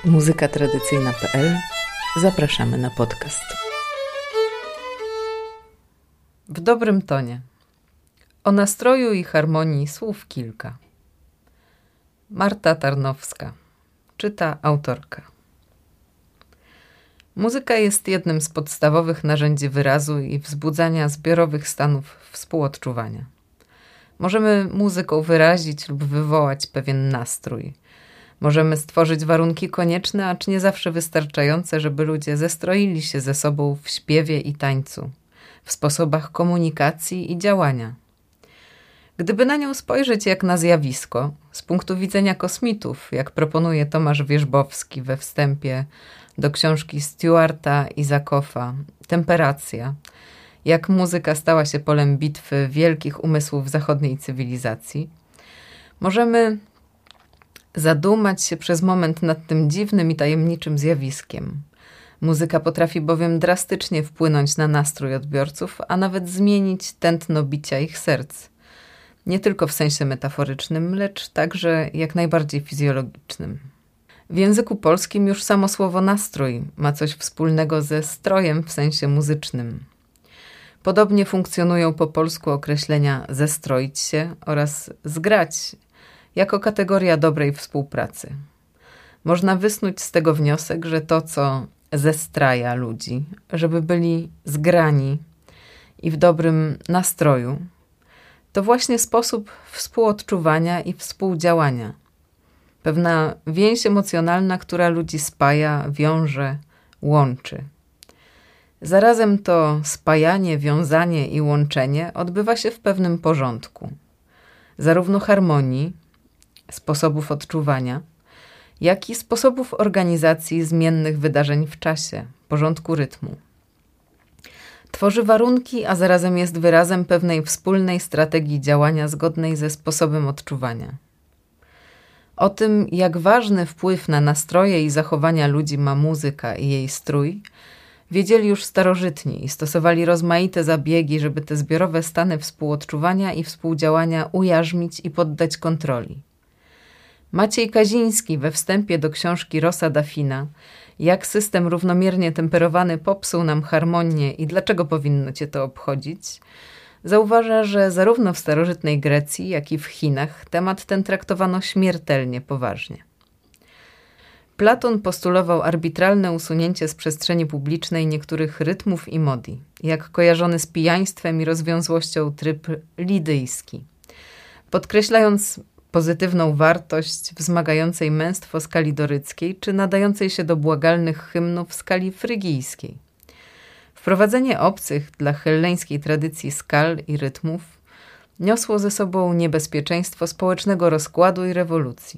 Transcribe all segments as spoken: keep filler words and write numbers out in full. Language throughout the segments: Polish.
muzyka tradycyjna kropka p l. Zapraszamy na podcast. W dobrym tonie. O nastroju i harmonii słów kilka. Marta Tarnowska. Czyta autorka. Muzyka jest jednym z podstawowych narzędzi wyrazu i wzbudzania zbiorowych stanów współodczuwania. Możemy muzyką wyrazić lub wywołać pewien nastrój. Możemy stworzyć warunki konieczne, acz nie zawsze wystarczające, żeby ludzie zestroili się ze sobą w śpiewie i tańcu, w sposobach komunikacji i działania. Gdyby na nią spojrzeć jak na zjawisko, z punktu widzenia kosmitów, jak proponuje Tomasz Wierzbowski we wstępie do książki Stuarta Isaacofa Temperacja, jak muzyka stała się polem bitwy wielkich umysłów zachodniej cywilizacji, możemy zadumać się przez moment nad tym dziwnym i tajemniczym zjawiskiem. Muzyka potrafi bowiem drastycznie wpłynąć na nastrój odbiorców, a nawet zmienić tętno bicia ich serc. Nie tylko w sensie metaforycznym, lecz także jak najbardziej fizjologicznym. W języku polskim już samo słowo nastrój ma coś wspólnego ze strojem w sensie muzycznym. Podobnie funkcjonują po polsku określenia zestroić się oraz zgrać jako kategoria dobrej współpracy. Można wysnuć z tego wniosek, że to, co zestraja ludzi, żeby byli zgrani i w dobrym nastroju, to właśnie sposób współodczuwania i współdziałania. Pewna więź emocjonalna, która ludzi spaja, wiąże, łączy. Zarazem to spajanie, wiązanie i łączenie odbywa się w pewnym porządku. Zarówno harmonii, sposobów odczuwania, jak i sposobów organizacji zmiennych wydarzeń w czasie, porządku rytmu. Tworzy warunki, a zarazem jest wyrazem pewnej wspólnej strategii działania zgodnej ze sposobem odczuwania. O tym, jak ważny wpływ na nastroje i zachowania ludzi ma muzyka i jej strój, wiedzieli już starożytni i stosowali rozmaite zabiegi, żeby te zbiorowe stany współodczuwania i współdziałania ujarzmić i poddać kontroli. Maciej Kaziński we wstępie do książki Rosa Dafina Jak system równomiernie temperowany popsuł nam harmonię i dlaczego powinno cię to obchodzić, zauważa, że zarówno w starożytnej Grecji, jak i w Chinach temat ten traktowano śmiertelnie poważnie. Platon postulował arbitralne usunięcie z przestrzeni publicznej niektórych rytmów i modi, jak kojarzony z pijaństwem i rozwiązłością tryb lidyjski, podkreślając pozytywną wartość wzmagającej męstwo skali doryckiej czy nadającej się do błagalnych hymnów skali frygijskiej. Wprowadzenie obcych dla helleńskiej tradycji skal i rytmów niosło ze sobą niebezpieczeństwo społecznego rozkładu i rewolucji.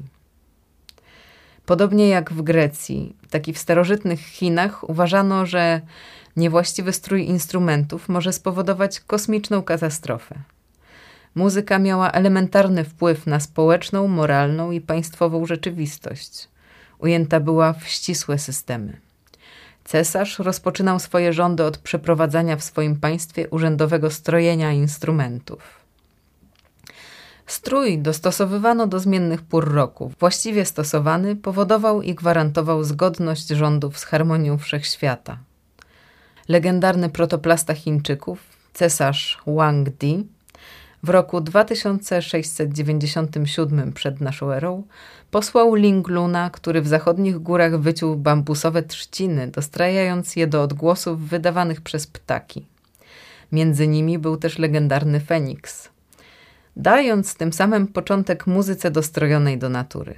Podobnie jak w Grecji, tak i w starożytnych Chinach uważano, że niewłaściwy strój instrumentów może spowodować kosmiczną katastrofę. Muzyka miała elementarny wpływ na społeczną, moralną i państwową rzeczywistość. Ujęta była w ścisłe systemy. Cesarz rozpoczynał swoje rządy od przeprowadzania w swoim państwie urzędowego strojenia instrumentów. Strój dostosowywano do zmiennych pór roku. Właściwie stosowany powodował i gwarantował zgodność rządów z harmonią wszechświata. Legendarny protoplasta Chińczyków, cesarz Wang Di, w roku dwa tysiące sześćset dziewięćdziesiątym siódmym przed naszą erą posłał Ling Luna, który w zachodnich górach wyciął bambusowe trzciny, dostrajając je do odgłosów wydawanych przez ptaki. Między nimi był też legendarny Feniks, dając tym samym początek muzyce dostrojonej do natury.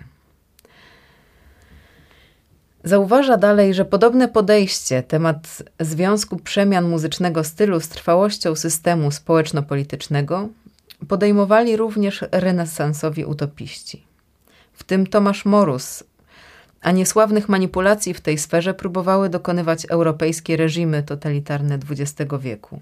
Zauważa dalej, że podobne podejście, temat związku przemian muzycznego stylu z trwałością systemu społeczno-politycznego, podejmowali również renesansowi utopiści. W tym Tomasz Morus, a niesławnych manipulacji w tej sferze próbowały dokonywać europejskie reżimy totalitarne dwudziestego wieku.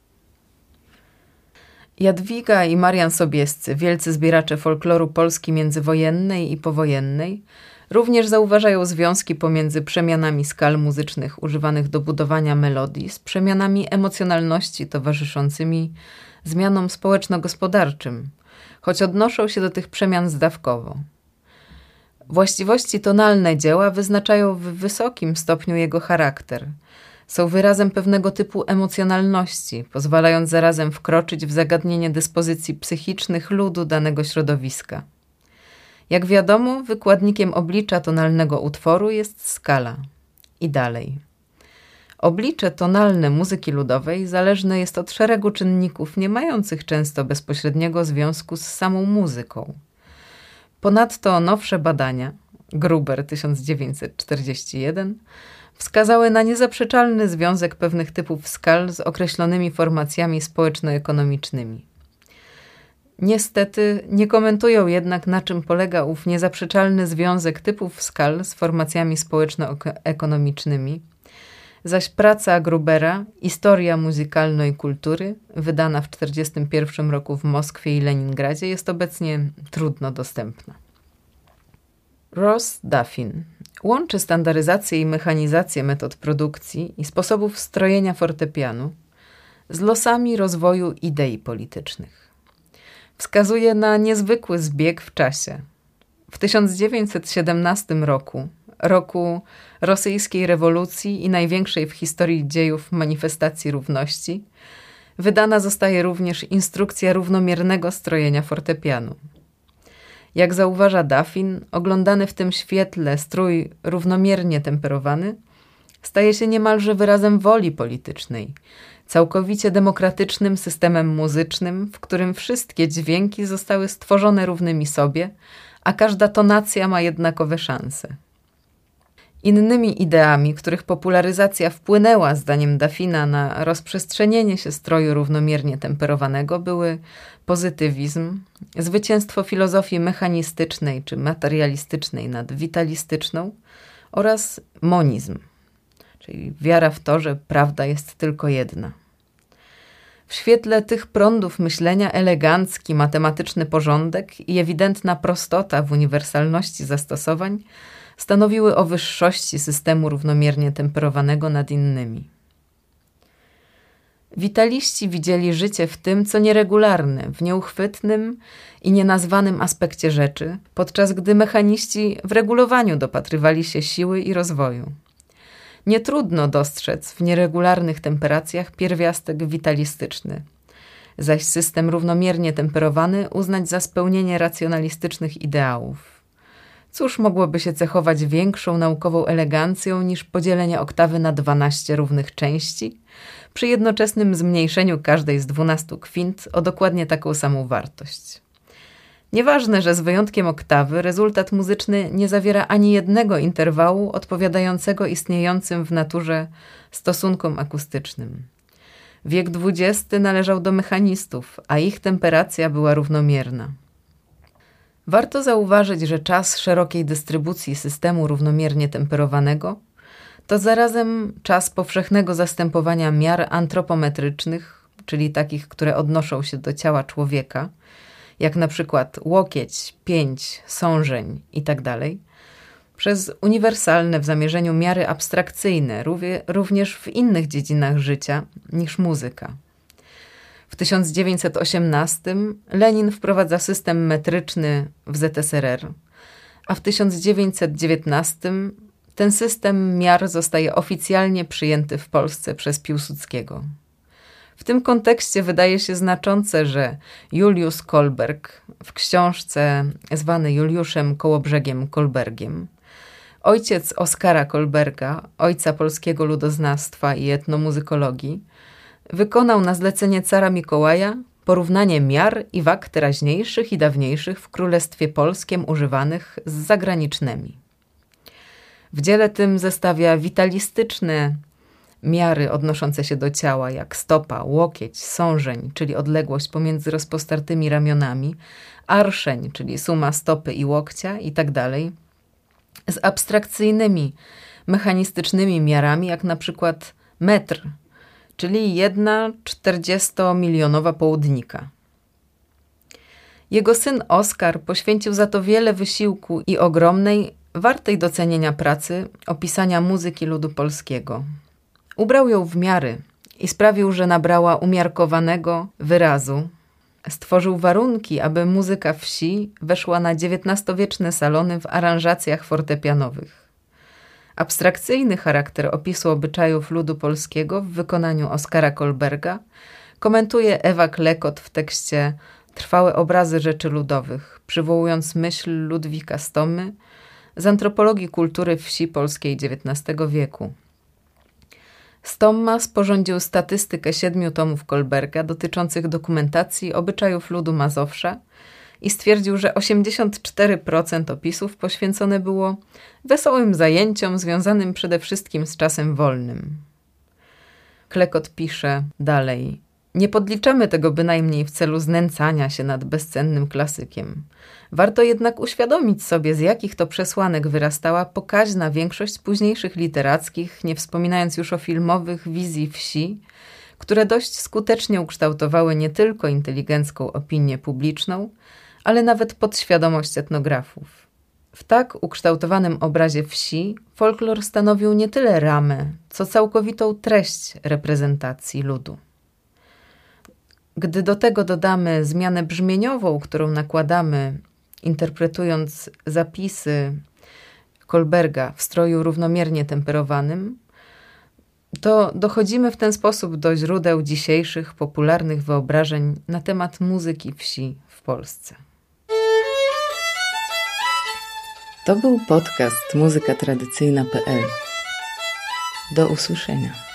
Jadwiga i Marian Sobiescy, wielcy zbieracze folkloru Polski międzywojennej i powojennej, również zauważają związki pomiędzy przemianami skal muzycznych używanych do budowania melodii z przemianami emocjonalności towarzyszącymi zmianom społeczno-gospodarczym, choć odnoszą się do tych przemian zdawkowo. Właściwości tonalne dzieła wyznaczają w wysokim stopniu jego charakter. Są wyrazem pewnego typu emocjonalności, pozwalając zarazem wkroczyć w zagadnienie dyspozycji psychicznych ludu danego środowiska. Jak wiadomo, wykładnikiem oblicza tonalnego utworu jest skala. I dalej. Oblicze tonalne muzyki ludowej zależne jest od szeregu czynników, nie mających często bezpośredniego związku z samą muzyką. Ponadto nowsze badania, Gruber tysiąc dziewięćset czterdziesty jeden, wskazały na niezaprzeczalny związek pewnych typów skal z określonymi formacjami społeczno-ekonomicznymi. Niestety nie komentują jednak, na czym polega ów niezaprzeczalny związek typów skal z formacjami społeczno-ekonomicznymi, zaś praca Grubera Historia muzykalnej kultury, wydana w tysiąc dziewięćset czterdziestym pierwszym roku w Moskwie i Leningradzie, jest obecnie trudno dostępna. Ross Duffin łączy standaryzację i mechanizację metod produkcji i sposobów strojenia fortepianu z losami rozwoju idei politycznych. Wskazuje na niezwykły zbieg w czasie. W tysiąc dziewięćset siedemnastym roku, roku rosyjskiej rewolucji i największej w historii dziejów manifestacji równości, wydana zostaje również instrukcja równomiernego strojenia fortepianu. Jak zauważa Duffin, oglądany w tym świetle strój równomiernie temperowany staje się niemalże wyrazem woli politycznej, całkowicie demokratycznym systemem muzycznym, w którym wszystkie dźwięki zostały stworzone równymi sobie, a każda tonacja ma jednakowe szanse. Innymi ideami, których popularyzacja wpłynęła, zdaniem Duffina, na rozprzestrzenienie się stroju równomiernie temperowanego, były pozytywizm, zwycięstwo filozofii mechanistycznej czy materialistycznej nad witalistyczną oraz monizm, czyli wiara w to, że prawda jest tylko jedna. W świetle tych prądów myślenia elegancki, matematyczny porządek i ewidentna prostota w uniwersalności zastosowań stanowiły o wyższości systemu równomiernie temperowanego nad innymi. Witaliści widzieli życie w tym, co nieregularne, w nieuchwytnym i nienazwanym aspekcie rzeczy, podczas gdy mechaniści w regulowaniu dopatrywali się siły i rozwoju. Nie trudno dostrzec w nieregularnych temperacjach pierwiastek witalistyczny, zaś system równomiernie temperowany uznać za spełnienie racjonalistycznych ideałów. Cóż mogłoby się cechować większą naukową elegancją niż podzielenie oktawy na dwanaście równych części, przy jednoczesnym zmniejszeniu każdej z dwunastu kwint o dokładnie taką samą wartość. Nieważne, że z wyjątkiem oktawy rezultat muzyczny nie zawiera ani jednego interwału odpowiadającego istniejącym w naturze stosunkom akustycznym. Wiek dwudziesty należał do mechanistów, a ich temperacja była równomierna. Warto zauważyć, że czas szerokiej dystrybucji systemu równomiernie temperowanego to zarazem czas powszechnego zastępowania miar antropometrycznych, czyli takich, które odnoszą się do ciała człowieka, jak na przykład łokieć, pięć, sążeń itd., przez uniwersalne w zamierzeniu miary abstrakcyjne, również w innych dziedzinach życia niż muzyka. W tysiąc dziewięćset osiemnastym Lenin wprowadza system metryczny w Z S R R, a w tysiąc dziewięćset dziewiętnastym ten system miar zostaje oficjalnie przyjęty w Polsce przez Piłsudskiego. W tym kontekście wydaje się znaczące, że Juliusz Kolberg w książce zwany Juliuszem Kołobrzegiem Kolbergiem, ojciec Oskara Kolberga, ojca polskiego ludoznawstwa i etnomuzykologii, wykonał na zlecenie cara Mikołaja porównanie miar i wag teraźniejszych i dawniejszych w Królestwie Polskim używanych z zagranicznymi. W dziele tym zestawia witalistyczne miary odnoszące się do ciała, jak stopa, łokieć, sążeń, czyli odległość pomiędzy rozpostartymi ramionami, arszeń, czyli suma stopy i łokcia itd., z abstrakcyjnymi, mechanistycznymi miarami, jak na przykład metr, czyli jedna czterdziestomilionowa południka. Jego syn Oskar poświęcił za to wiele wysiłku i ogromnej, wartej docenienia pracy opisania muzyki ludu polskiego. Ubrał ją w miary i sprawił, że nabrała umiarkowanego wyrazu, Stworzył warunki, aby muzyka wsi weszła na dziewiętnastowieczne salony w aranżacjach fortepianowych. Abstrakcyjny charakter opisu obyczajów ludu polskiego w wykonaniu Oskara Kolberga komentuje Ewa Klekot w tekście Trwałe obrazy rzeczy ludowych, przywołując myśl Ludwika Stomy z antropologii kultury wsi polskiej dziewiętnastego wieku. Stomma sporządził statystykę siedmiu tomów Kolberga dotyczących dokumentacji obyczajów ludu Mazowsza i stwierdził, że osiemdziesiąt cztery procent opisów poświęcone było wesołym zajęciom związanym przede wszystkim z czasem wolnym. Klekot pisze dalej: nie podliczamy tego bynajmniej w celu znęcania się nad bezcennym klasykiem. Warto jednak uświadomić sobie, z jakich to przesłanek wyrastała pokaźna większość późniejszych literackich, nie wspominając już o filmowych, wizji wsi, które dość skutecznie ukształtowały nie tylko inteligencką opinię publiczną, ale nawet podświadomość etnografów. W tak ukształtowanym obrazie wsi folklor stanowił nie tyle ramę, co całkowitą treść reprezentacji ludu. Gdy do tego dodamy zmianę brzmieniową, którą nakładamy, interpretując zapisy Kolberga w stroju równomiernie temperowanym, to dochodzimy w ten sposób do źródeł dzisiejszych popularnych wyobrażeń na temat muzyki wsi w Polsce. To był podcast muzyka tradycyjna kropka pe el. Do usłyszenia.